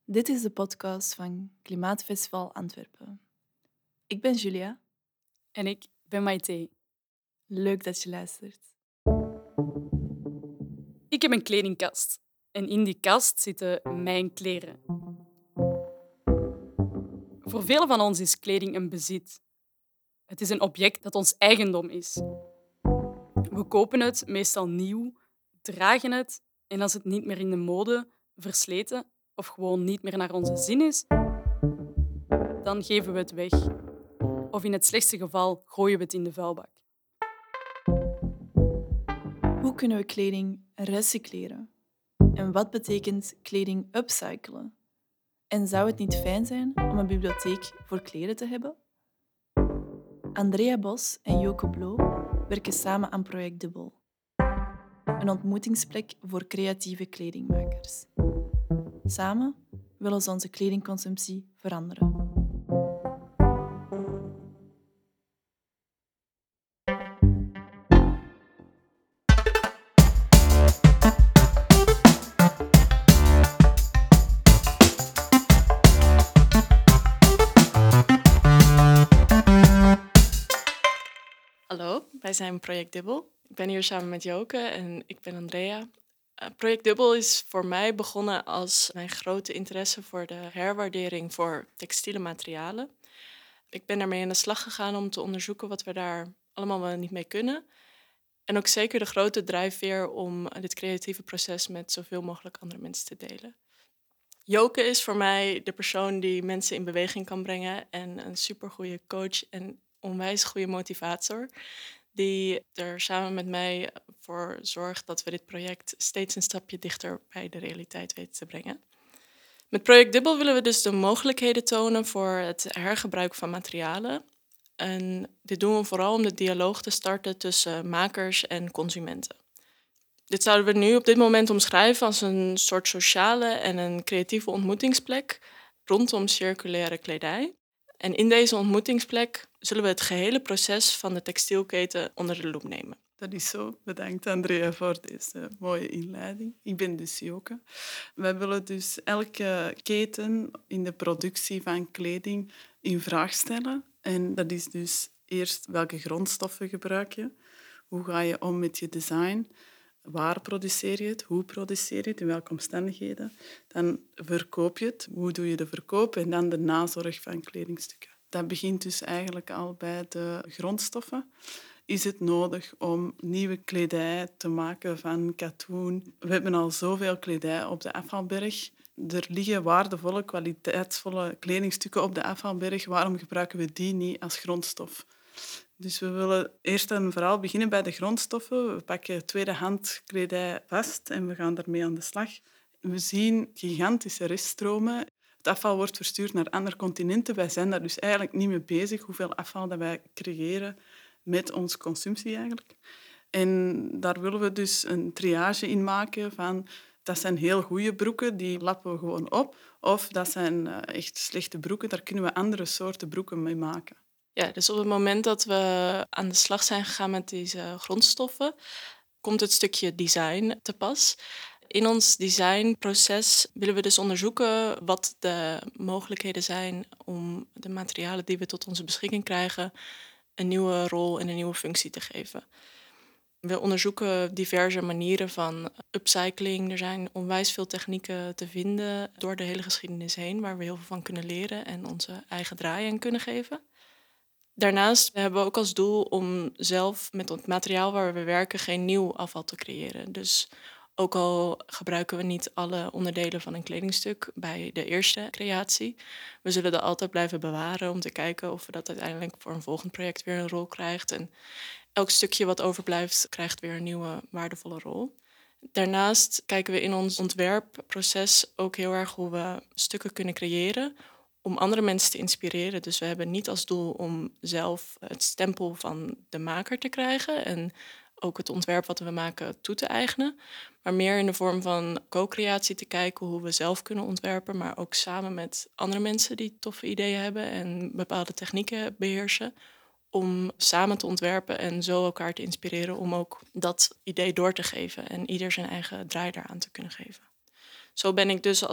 Dit is de podcast van Klimaatfestival Antwerpen. Ik ben Julia. En ik ben Maite. Leuk dat je luistert. Ik heb een kledingkast. En in die kast zitten mijn kleren. Voor velen van ons is kleding een bezit. Het is een object dat ons eigendom is. We kopen het meestal nieuw, dragen het en als het niet meer in de mode, versleten of gewoon niet meer naar onze zin is, dan geven we het weg. Of in het slechtste geval gooien we het in de vuilbak. Hoe kunnen we kleding recycleren? En wat betekent kleding upcyclen? En zou het niet fijn zijn om een bibliotheek voor kleren te hebben? Andrea Bos en Joke Blo werken samen aan Project Dubbel. Een ontmoetingsplek voor creatieve kledingmakers. Samen willen ze onze kledingconsumptie veranderen. Hallo, wij zijn Project Dubbel. Ik ben hier samen met Joke en ik ben Andrea. Project Dubbel is voor mij begonnen als mijn grote interesse voor de herwaardering voor textiele materialen. Ik ben daarmee aan de slag gegaan om te onderzoeken wat we daar allemaal wel niet mee kunnen. En ook zeker de grote drijfveer om dit creatieve proces met zoveel mogelijk andere mensen te delen. Joke is voor mij de persoon die mensen in beweging kan brengen en een supergoeie coach en onwijs goede motivator, die er samen met mij voor zorgt dat we dit project steeds een stapje dichter bij de realiteit weten te brengen. Met Project Dubbel willen we dus de mogelijkheden tonen voor het hergebruik van materialen. En dit doen we vooral om de dialoog te starten tussen makers en consumenten. Dit zouden we nu op dit moment omschrijven als een soort sociale en een creatieve ontmoetingsplek rondom circulaire kledij. En in deze ontmoetingsplek zullen we het gehele proces van de textielketen onder de loep nemen. Dat is zo. Bedankt Andrea voor deze mooie inleiding. Ik ben dus Joke. Wij willen dus elke keten in de productie van kleding in vraag stellen. En dat is dus eerst welke grondstoffen gebruik je? Hoe ga je om met je design? Waar produceer je het? Hoe produceer je het? In welke omstandigheden? Dan verkoop je het. Hoe doe je de verkoop? En dan de nazorg van kledingstukken. Dat begint dus eigenlijk al bij de grondstoffen. Is het nodig om nieuwe kledij te maken van katoen? We hebben al zoveel kledij op de afvalberg. Er liggen waardevolle, kwaliteitsvolle kledingstukken op de afvalberg. Waarom gebruiken we die niet als grondstof? Dus we willen eerst en vooral beginnen bij de grondstoffen. We pakken tweedehand kledij vast en we gaan daarmee aan de slag. We zien gigantische reststromen. Het afval wordt verstuurd naar andere continenten. Wij zijn daar dus eigenlijk niet mee bezig, hoeveel afval dat wij creëren met onze consumptie eigenlijk. En daar willen we dus een triage in maken van dat zijn heel goede broeken, die lappen we gewoon op. Of dat zijn echt slechte broeken, daar kunnen we andere soorten broeken mee maken. Ja, dus op het moment dat we aan de slag zijn gegaan met deze grondstoffen, komt het stukje design te pas. In ons designproces willen we dus onderzoeken wat de mogelijkheden zijn om de materialen die we tot onze beschikking krijgen een nieuwe rol en een nieuwe functie te geven. We onderzoeken diverse manieren van upcycling. Er zijn onwijs veel technieken te vinden door de hele geschiedenis heen, waar we heel veel van kunnen leren en onze eigen draai aan kunnen geven. Daarnaast hebben we ook als doel om zelf met het materiaal waar we werken geen nieuw afval te creëren. Dus ook al gebruiken we niet alle onderdelen van een kledingstuk bij de eerste creatie, we zullen dat altijd blijven bewaren om te kijken of we dat uiteindelijk voor een volgend project weer een rol krijgt. En elk stukje wat overblijft krijgt weer een nieuwe waardevolle rol. Daarnaast kijken we in ons ontwerpproces ook heel erg hoe we stukken kunnen creëren om andere mensen te inspireren. Dus we hebben niet als doel om zelf het stempel van de maker te krijgen en ook het ontwerp wat we maken toe te eigenen, maar meer in de vorm van co-creatie te kijken hoe we zelf kunnen ontwerpen, maar ook samen met andere mensen die toffe ideeën hebben en bepaalde technieken beheersen, om samen te ontwerpen en zo elkaar te inspireren om ook dat idee door te geven en ieder zijn eigen draai daaraan te kunnen geven. Zo ben ik dus als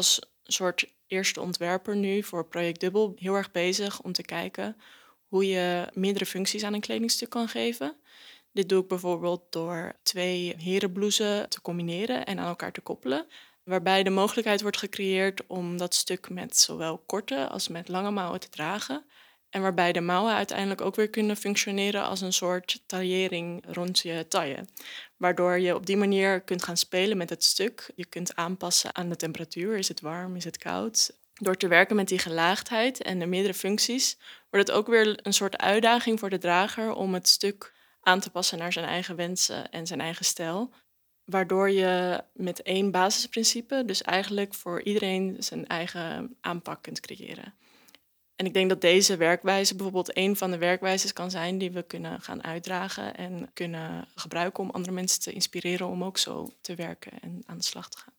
soort eerste ontwerper nu voor Project Dubbel heel erg bezig om te kijken hoe je meerdere functies aan een kledingstuk kan geven. Dit doe ik bijvoorbeeld door 2 herenblouses te combineren en aan elkaar te koppelen. Waarbij de mogelijkheid wordt gecreëerd om dat stuk met zowel korte als met lange mouwen te dragen. En waarbij de mouwen uiteindelijk ook weer kunnen functioneren als een soort taillering rond je taille. Waardoor je op die manier kunt gaan spelen met het stuk. Je kunt aanpassen aan de temperatuur. Is het warm, is het koud? Door te werken met die gelaagdheid en de meerdere functies wordt het ook weer een soort uitdaging voor de drager om het stuk aan te passen naar zijn eigen wensen en zijn eigen stijl. Waardoor je met 1 basisprincipe dus eigenlijk voor iedereen zijn eigen aanpak kunt creëren. En ik denk dat deze werkwijze bijvoorbeeld 1 van de werkwijzes kan zijn die we kunnen gaan uitdragen en kunnen gebruiken om andere mensen te inspireren om ook zo te werken en aan de slag te gaan.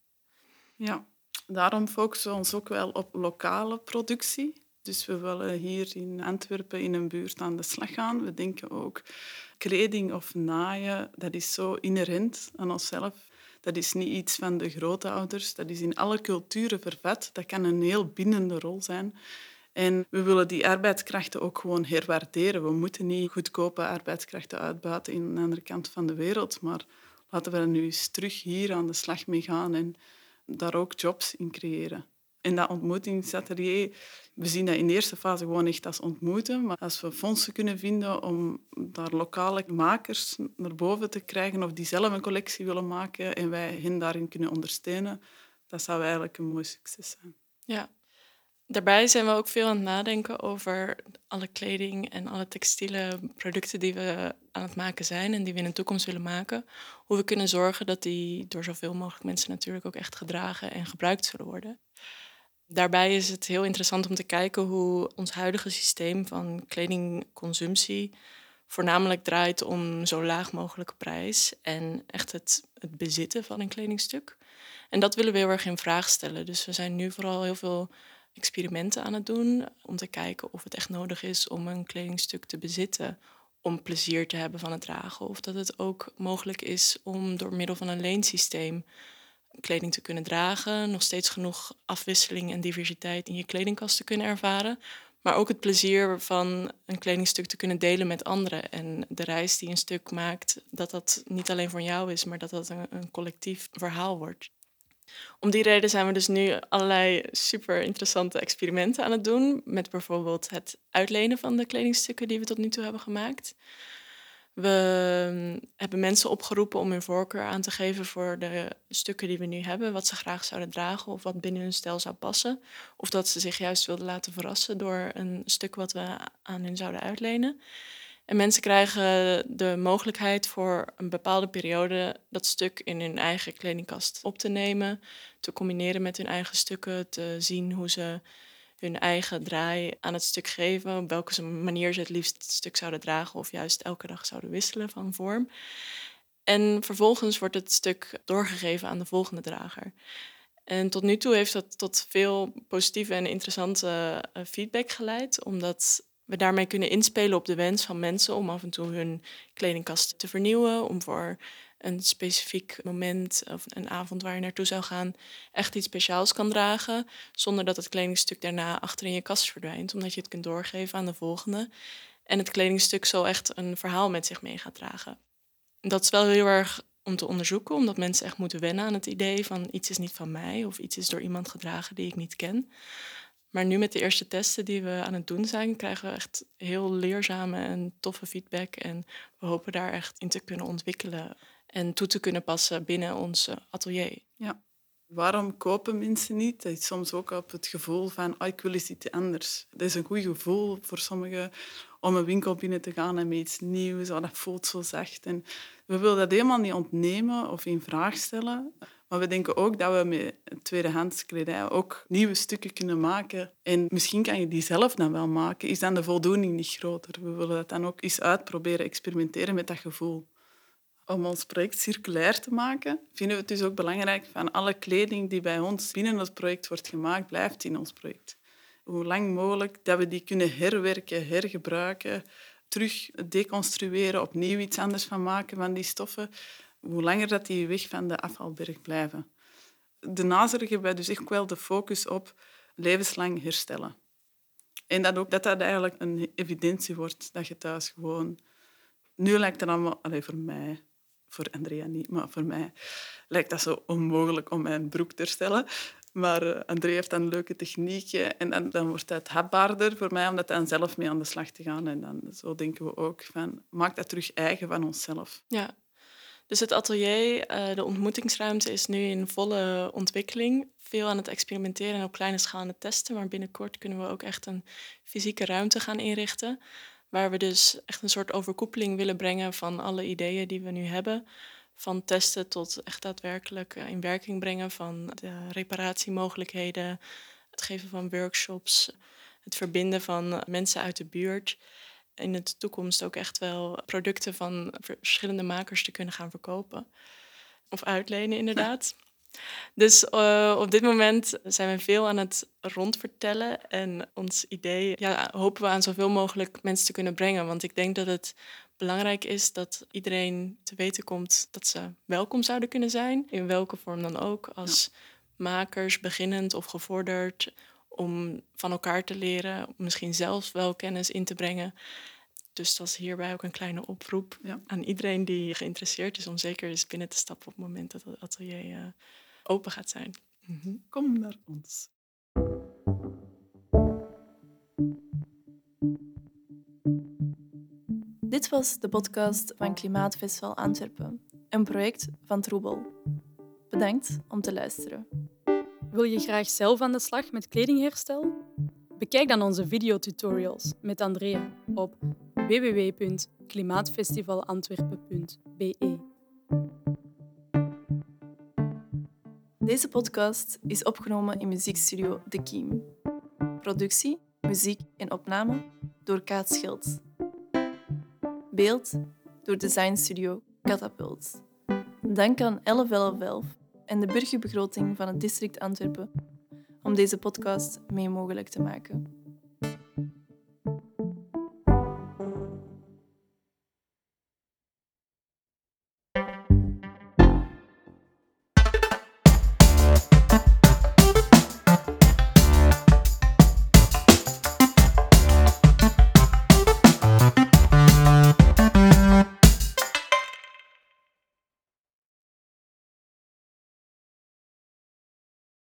Ja, daarom focussen we ons ook wel op lokale productie. Dus we willen hier in Antwerpen in een buurt aan de slag gaan. We denken ook kleding of naaien, dat is zo inherent aan onszelf. Dat is niet iets van de grootouders. Dat is in alle culturen vervat. Dat kan een heel bindende rol zijn. En we willen die arbeidskrachten ook gewoon herwaarderen. We moeten niet goedkope arbeidskrachten uitbuiten in de andere kant van de wereld. Maar laten we er nu eens terug hier aan de slag mee gaan en daar ook jobs in creëren. En dat ontmoetingsatelier, we zien dat in de eerste fase gewoon echt als ontmoeten. Maar als we fondsen kunnen vinden om daar lokale makers naar boven te krijgen of die zelf een collectie willen maken en wij hen daarin kunnen ondersteunen, dat zou eigenlijk een mooi succes zijn. Ja. Daarbij zijn we ook veel aan het nadenken over alle kleding en alle textiele producten die we aan het maken zijn en die we in de toekomst willen maken. Hoe we kunnen zorgen dat die door zoveel mogelijk mensen natuurlijk ook echt gedragen en gebruikt zullen worden. Daarbij is het heel interessant om te kijken hoe ons huidige systeem van kledingconsumptie voornamelijk draait om zo laag mogelijke prijs en echt het bezitten van een kledingstuk. En dat willen we heel erg in vraag stellen. Dus we zijn nu vooral heel veel experimenten aan het doen om te kijken of het echt nodig is om een kledingstuk te bezitten om plezier te hebben van het dragen. Of dat het ook mogelijk is om door middel van een leensysteem kleding te kunnen dragen, nog steeds genoeg afwisseling en diversiteit in je kledingkast te kunnen ervaren, maar ook het plezier van een kledingstuk te kunnen delen met anderen en de reis die een stuk maakt, dat dat niet alleen voor jou is, maar dat dat een collectief verhaal wordt. Om die reden zijn we dus nu allerlei super interessante experimenten aan het doen, met bijvoorbeeld het uitlenen van de kledingstukken die we tot nu toe hebben gemaakt. We hebben mensen opgeroepen om hun voorkeur aan te geven voor de stukken die we nu hebben, wat ze graag zouden dragen of wat binnen hun stijl zou passen. Of dat ze zich juist wilden laten verrassen door een stuk wat we aan hun zouden uitlenen. En mensen krijgen de mogelijkheid voor een bepaalde periode dat stuk in hun eigen kledingkast op te nemen, te combineren met hun eigen stukken, te zien hoe ze hun eigen draai aan het stuk geven, op welke manier ze het liefst het stuk zouden dragen of juist elke dag zouden wisselen van vorm. En vervolgens wordt het stuk doorgegeven aan de volgende drager. En tot nu toe heeft dat tot veel positieve en interessante feedback geleid, omdat we daarmee kunnen inspelen op de wens van mensen om af en toe hun kledingkast te vernieuwen, om voor een specifiek moment of een avond waar je naartoe zou gaan echt iets speciaals kan dragen, zonder dat het kledingstuk daarna achter in je kast verdwijnt, omdat je het kunt doorgeven aan de volgende. En het kledingstuk zo echt een verhaal met zich mee gaat dragen. Dat is wel heel erg om te onderzoeken, omdat mensen echt moeten wennen aan het idee van iets is niet van mij of iets is door iemand gedragen die ik niet ken. Maar nu met de eerste testen die we aan het doen zijn, krijgen we echt heel leerzame en toffe feedback. En we hopen daar echt in te kunnen ontwikkelen en toe te kunnen passen binnen ons atelier. Ja. Waarom kopen mensen niet? Dat is soms ook op het gevoel van ik wil eens iets anders. Dat is een goed gevoel voor sommigen om een winkel binnen te gaan en met iets nieuws. Dat voelt zo zacht. En we willen dat helemaal niet ontnemen of in vraag stellen. Maar we denken ook dat we met tweedehands kledij ook nieuwe stukken kunnen maken. En misschien kan je die zelf dan wel maken. Is dan de voldoening niet groter? We willen dat dan ook eens uitproberen, experimenteren met dat gevoel. Om ons project circulair te maken, vinden we het dus ook belangrijk van alle kleding die bij ons binnen het project wordt gemaakt, blijft in ons project. Hoe lang mogelijk dat we die kunnen herwerken, hergebruiken, terug deconstrueren, opnieuw iets anders van maken van die stoffen. Hoe langer dat die weg van de afvalberg blijven. de nazorg hebben wij dus echt wel de focus op levenslang herstellen. En dat eigenlijk een evidentie wordt, dat je thuis gewoon... Nu lijkt het allemaal... voor mij, voor Andrea niet, maar voor mij lijkt dat zo onmogelijk om mijn broek te herstellen. Maar Andrea heeft dan leuke technieken en dan wordt het hapbaarder voor mij om dat dan zelf mee aan de slag te gaan. En dan zo denken we ook van, maak dat terug eigen van onszelf. Ja. Dus het atelier, de ontmoetingsruimte, is nu in volle ontwikkeling. Veel aan het experimenteren en op kleine schaal aan het testen. Maar binnenkort kunnen we ook echt een fysieke ruimte gaan inrichten. Waar we dus echt een soort overkoepeling willen brengen van alle ideeën die we nu hebben. Van testen tot echt daadwerkelijk in werking brengen van de reparatiemogelijkheden. Het geven van workshops. Het verbinden van mensen uit de buurt. In de toekomst ook echt wel producten van verschillende makers te kunnen gaan verkopen. Of uitlenen, inderdaad. Dus op dit moment zijn we veel aan het rondvertellen. En ons idee hopen we aan zoveel mogelijk mensen te kunnen brengen. Want ik denk dat het belangrijk is dat iedereen te weten komt dat ze welkom zouden kunnen zijn. In welke vorm dan ook. Als makers, beginnend of gevorderd. Om van elkaar te leren. Om misschien zelf wel kennis in te brengen. Dus dat is hierbij ook een kleine oproep aan iedereen die geïnteresseerd is om zeker eens binnen te stappen op het moment dat het atelier open gaat zijn. Kom naar ons. Dit was de podcast van Klimaatfestival Antwerpen, een project van Troebel. Bedankt om te luisteren. Wil je graag zelf aan de slag met kledingherstel? Bekijk dan onze videotutorials met Andrea op www.klimaatfestivalantwerpen.be. Deze podcast is opgenomen in muziekstudio De Kiem. Productie, muziek en opname door Kaat Schilds. Beeld door designstudio Catapult. Dank aan 1111 en de burgerbegroting van het district Antwerpen om deze podcast mee mogelijk te maken.